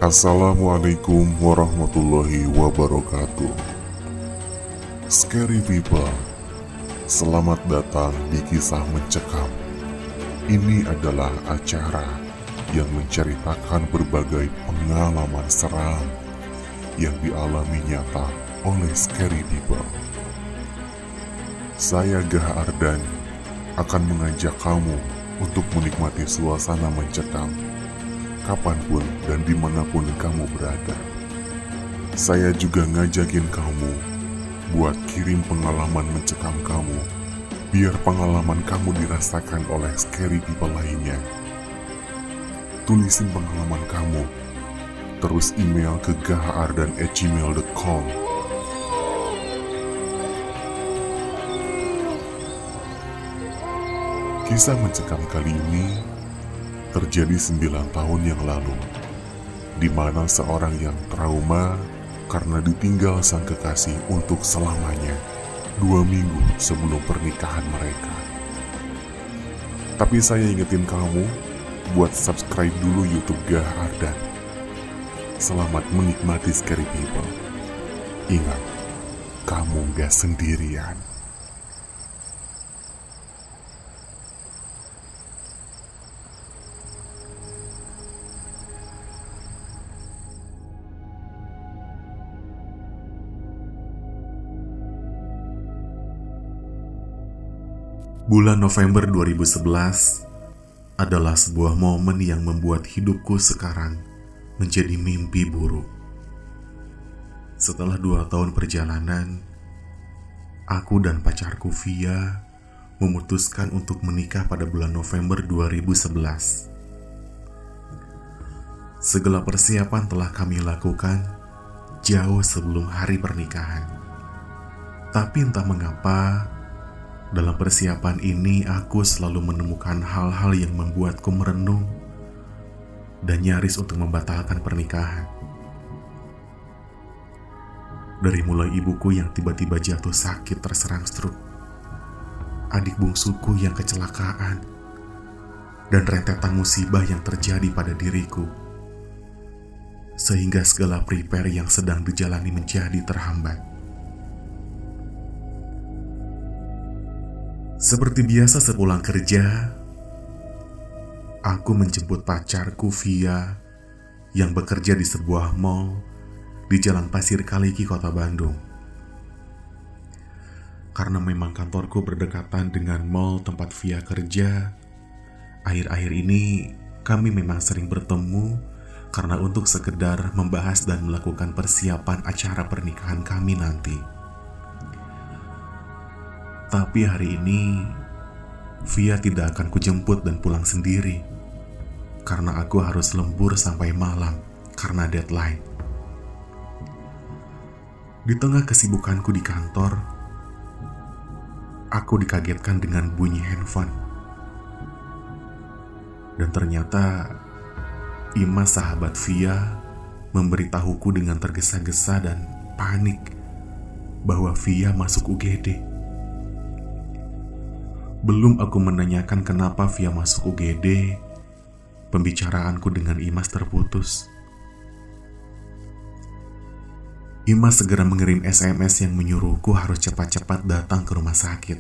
Assalamualaikum warahmatullahi wabarakatuh. Scary people, selamat datang di Kisah Mencekam. Ini adalah acara yang menceritakan berbagai pengalaman seram yang dialami nyata oleh scary people. Saya Gah Ardan akan mengajak kamu untuk menikmati suasana mencekam kapanpun dan dimanapun kamu berada. Saya juga ngajakin kamu buat kirim pengalaman mencekam kamu, biar pengalaman kamu dirasakan oleh scary people lainnya. Tulisin pengalaman kamu, terus email ke gahardan@gmail.com. Kisah mencekam kali ini terjadi 9 tahun yang lalu, di mana seorang yang trauma karena ditinggal sang kekasih untuk selamanya 2 minggu sebelum pernikahan mereka. Tapi saya ingetin kamu buat subscribe dulu YouTube Gah Ardan. Selamat menikmati Scary People. Ingat, kamu gak sendirian. Bulan November 2011 adalah sebuah momen yang membuat hidupku sekarang menjadi mimpi buruk. Setelah 2 tahun perjalanan, aku dan pacarku Via memutuskan untuk menikah pada bulan November 2011. Segala persiapan telah kami lakukan jauh sebelum hari pernikahan. Tapi entah mengapa, dalam persiapan ini aku selalu menemukan hal-hal yang membuatku merenung dan nyaris untuk membatalkan pernikahan. Dari mulai ibuku yang tiba-tiba jatuh sakit terserang stroke, adik bungsuku yang kecelakaan, dan rentetan musibah yang terjadi pada diriku, sehingga segala prepare yang sedang dijalani menjadi terhambat. Seperti biasa sepulang kerja, aku menjemput pacarku Via yang bekerja di sebuah mall di Jalan Pasir Kaliki, Kota Bandung. Karena memang kantorku berdekatan dengan mall tempat Via kerja, akhir-akhir ini kami memang sering bertemu karena untuk sekedar membahas dan melakukan persiapan acara pernikahan kami nanti. Tapi hari ini, Via tidak akan kujemput dan pulang sendiri, karena aku harus lembur sampai malam karena deadline. Di tengah kesibukanku di kantor, aku dikagetkan dengan bunyi handphone. Dan ternyata, Ima sahabat Via memberitahuku dengan tergesa-gesa dan panik bahwa Via masuk UGD. Belum aku menanyakan kenapa Via masuk UGD, pembicaraanku dengan Imas terputus. Imas segera mengirim SMS yang menyuruhku harus cepat-cepat datang ke rumah sakit.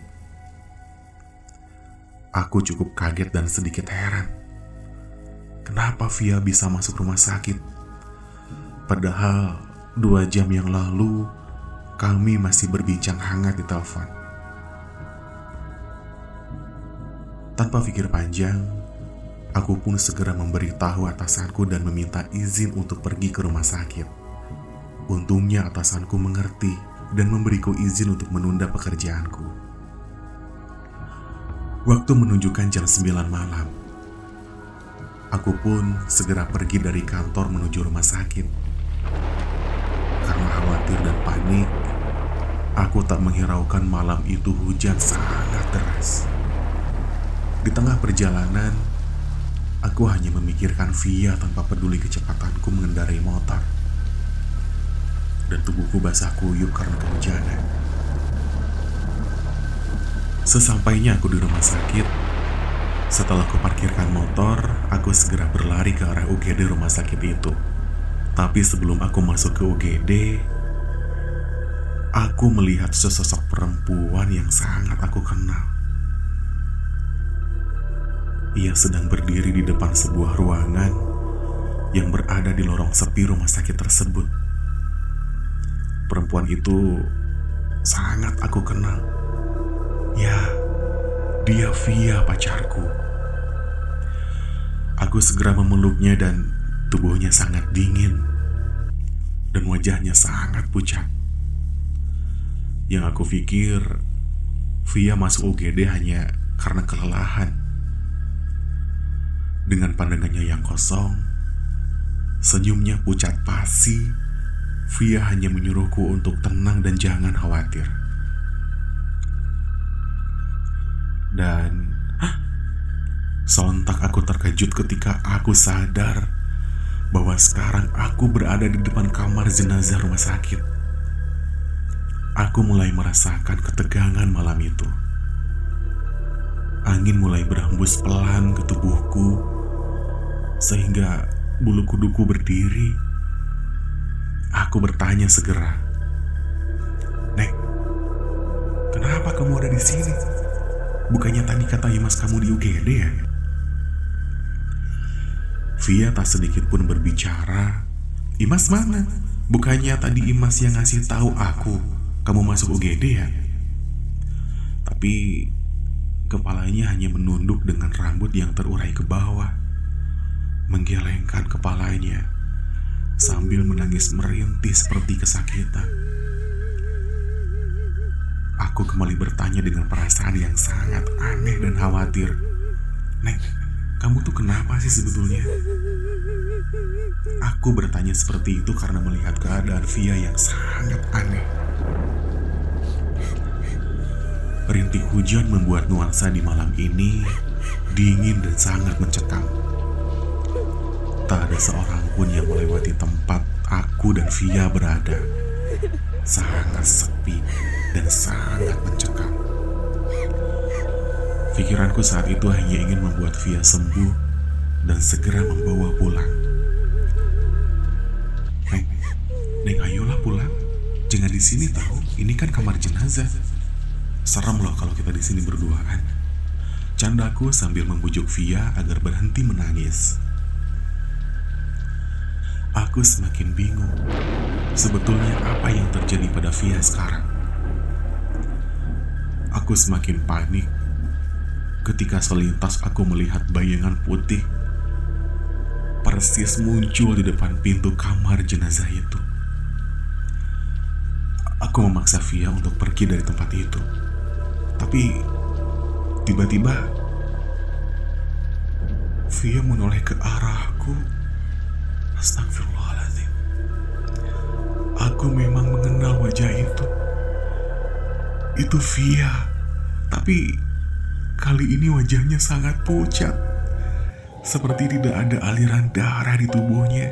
Aku cukup kaget dan sedikit heran. Kenapa Via bisa masuk rumah sakit? Padahal 2 jam yang lalu kami masih berbincang hangat di telepon. Tanpa pikir panjang, aku pun segera memberitahu atasanku dan meminta izin untuk pergi ke rumah sakit. Untungnya atasanku mengerti dan memberiku izin untuk menunda pekerjaanku. Waktu menunjukkan jam 9 malam. Aku pun segera pergi dari kantor menuju rumah sakit. Karena khawatir dan panik, aku tak menghiraukan malam itu hujan sangat deras. Di tengah perjalanan, aku hanya memikirkan Via tanpa peduli kecepatanku mengendarai motor. Dan tubuhku basah kuyup karena kehujanan. Sesampainya aku di rumah sakit, setelah kuparkirkan motor, aku segera berlari ke arah UGD rumah sakit itu. Tapi sebelum aku masuk ke UGD, aku melihat sesosok perempuan yang sangat aku kenal. Ia sedang berdiri di depan sebuah ruangan yang berada di lorong sepi rumah sakit tersebut. Perempuan itu sangat aku kenal. Ya, dia Via, pacarku. Aku segera memeluknya dan tubuhnya sangat dingin dan wajahnya sangat pucat. Yang aku pikir Via masuk UGD hanya karena kelelahan. Dengan pandangannya yang kosong, senyumnya pucat pasi, Via hanya menyuruhku untuk tenang dan jangan khawatir. Dan sontak aku terkejut ketika aku sadar bahwa sekarang aku berada di depan kamar jenazah rumah sakit. Aku mulai merasakan ketegangan malam itu. Angin mulai berhembus pelan ke tubuhku, sehingga bulu kuduku berdiri. Aku bertanya segera, "Nek, kenapa kamu ada di sini? Bukannya tadi kata Imas kamu di UGD ya?" Via tak sedikit pun berbicara. "Imas mana? Bukannya tadi Imas yang ngasih tahu aku kamu masuk UGD ya?" Tapi kepalanya hanya menunduk dengan rambut yang terurai ke bawah, menggelengkan kepalanya sambil menangis merintih seperti kesakitan. Aku kembali bertanya dengan perasaan yang sangat aneh dan khawatir, "Nek, kamu tuh kenapa sih sebetulnya?" Aku bertanya seperti itu karena melihat keadaan Via yang sangat aneh. Rintik hujan membuat nuansa di malam ini dingin dan sangat mencekam. Tak ada seorang pun yang melewati tempat aku dan Via berada. Sangat sepi dan sangat mencekam. Pikiranku saat itu hanya ingin membuat Via sembuh dan segera membawa pulang. Neng, ayolah pulang. Jangan di sini tahu. Ini kan kamar jenazah. Serem loh kalau kita di sini berduaan. Candaku sambil membujuk Via agar berhenti menangis. Aku semakin bingung. Sebetulnya apa yang terjadi pada Via sekarang? Aku semakin panik ketika selintas aku melihat bayangan putih persis muncul di depan pintu kamar jenazah itu. Aku memaksa Via untuk pergi dari tempat itu. Tapi tiba-tiba Via menoleh ke arahku. Astagfirullahaladzim. Aku memang mengenal wajah itu. Itu Via. Tapi kali ini wajahnya sangat pucat, seperti tidak ada aliran darah di tubuhnya.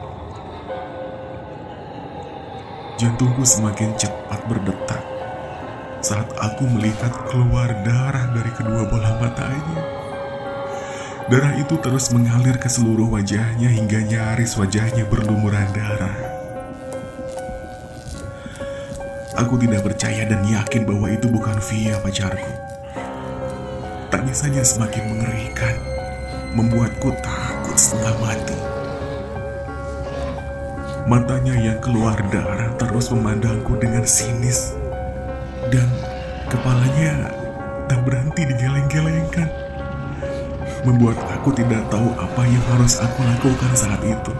Jantungku semakin cepat berdetak saat aku melihat keluar darah dari kedua bola matanya. Darah itu terus mengalir ke seluruh wajahnya hingga nyaris wajahnya berlumuran darah. Aku tidak percaya dan yakin bahwa itu bukan Via, pacarku. Tangisannya semakin mengerikan, membuatku takut setengah mati. Matanya yang keluar darah terus memandangku dengan sinis, dan kepalanya tak berhenti digeleng-gelengkan, membuat aku tidak tahu apa yang harus aku lakukan saat itu.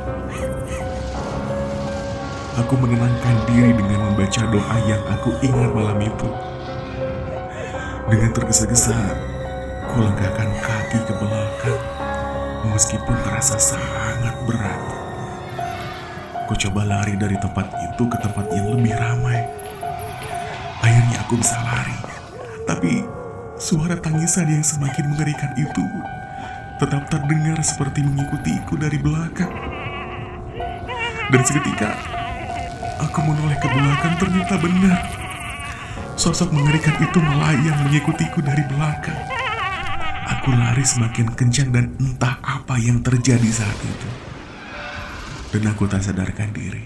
Aku menenangkan diri dengan membaca doa yang aku ingat malam itu. Dengan tergesa-gesa, ku langkahkan kaki ke belakang, meskipun terasa sangat berat. Ku coba lari dari tempat itu ke tempat yang lebih ramai. Akhirnya aku bisa lari, tapi suara tangisan yang semakin mengerikan itu tetap terdengar seperti mengikutiku dari belakang. Dan seketika aku menoleh ke belakang, ternyata benar. Sosok mengerikan itu melayang mengikutiku dari belakang. Aku lari semakin kencang dan entah apa yang terjadi saat itu. dan aku tak sadarkan diri.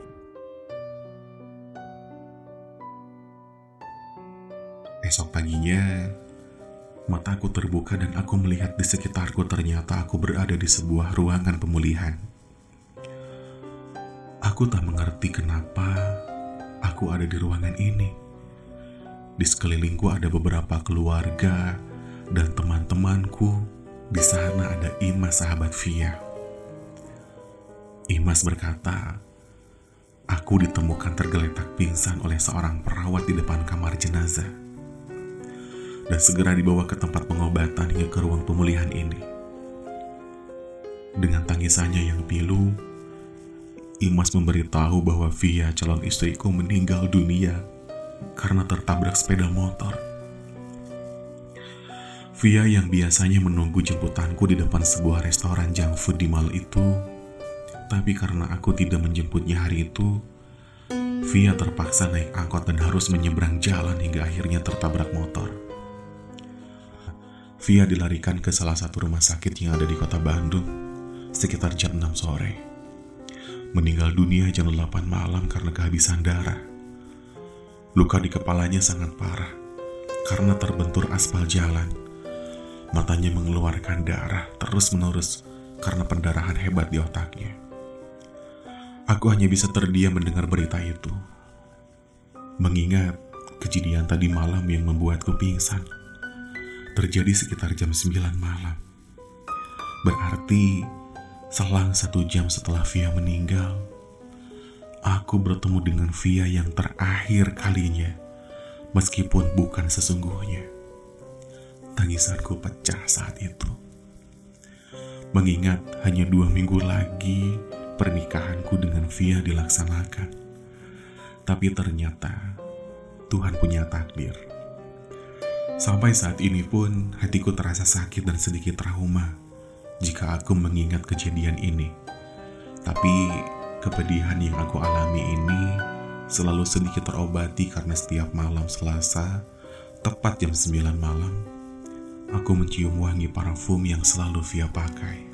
Esok paginya, mataku terbuka dan aku melihat di sekitarku ternyata aku berada di sebuah ruangan pemulihan. Aku tak mengerti kenapa aku ada di ruangan ini. Di sekelilingku ada beberapa keluarga dan teman-temanku. Di sana ada Imas, sahabat Via. Imas berkata, aku ditemukan tergeletak pingsan oleh seorang perawat di depan kamar jenazah, dan segera dibawa ke tempat pengobatan hingga ke ruang pemulihan ini. Dengan tangisannya yang pilu, Imas memberitahu bahwa Via, calon istriku, meninggal dunia karena tertabrak sepeda motor. Via yang biasanya menunggu jemputanku di depan sebuah restoran junk food di mall itu, tapi karena aku tidak menjemputnya hari itu, Via terpaksa naik angkot dan harus menyeberang jalan hingga akhirnya tertabrak motor. Via dilarikan ke salah satu rumah sakit yang ada di kota Bandung sekitar jam 6 sore. Meninggal dunia jam 8 malam karena kehabisan darah. Luka di kepalanya sangat parah karena terbentur aspal jalan. Matanya mengeluarkan darah terus-menerus karena pendarahan hebat di otaknya. Aku hanya bisa terdiam mendengar berita itu, mengingat kejadian tadi malam yang membuatku pingsan terjadi sekitar jam 9 malam. Berarti selang 1 jam setelah Via meninggal, aku bertemu dengan Via yang terakhir kalinya, meskipun bukan sesungguhnya. Tangisanku pecah saat itu, mengingat hanya 2 minggu lagi pernikahanku dengan Via dilaksanakan. Tapi ternyata Tuhan punya takdir. Sampai saat ini pun hatiku terasa sakit dan sedikit trauma jika aku mengingat kejadian ini. Tapi kepedihan yang aku alami ini selalu sedikit terobati karena setiap malam Selasa, tepat jam 9 malam, aku mencium wangi parfum yang selalu Via pakai.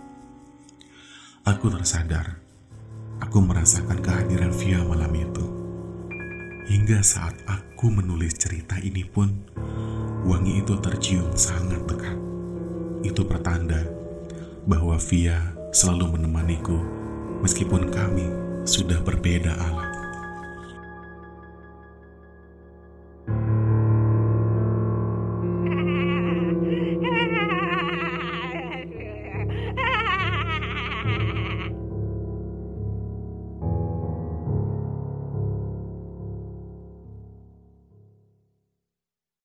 Aku tersadar, aku merasakan kehadiran Via malam itu. Hingga saat aku menulis cerita ini pun, wangi itu tercium sangat dekat. Itu pertanda bahwa Via selalu menemaniku meskipun kami sudah berbeda alam.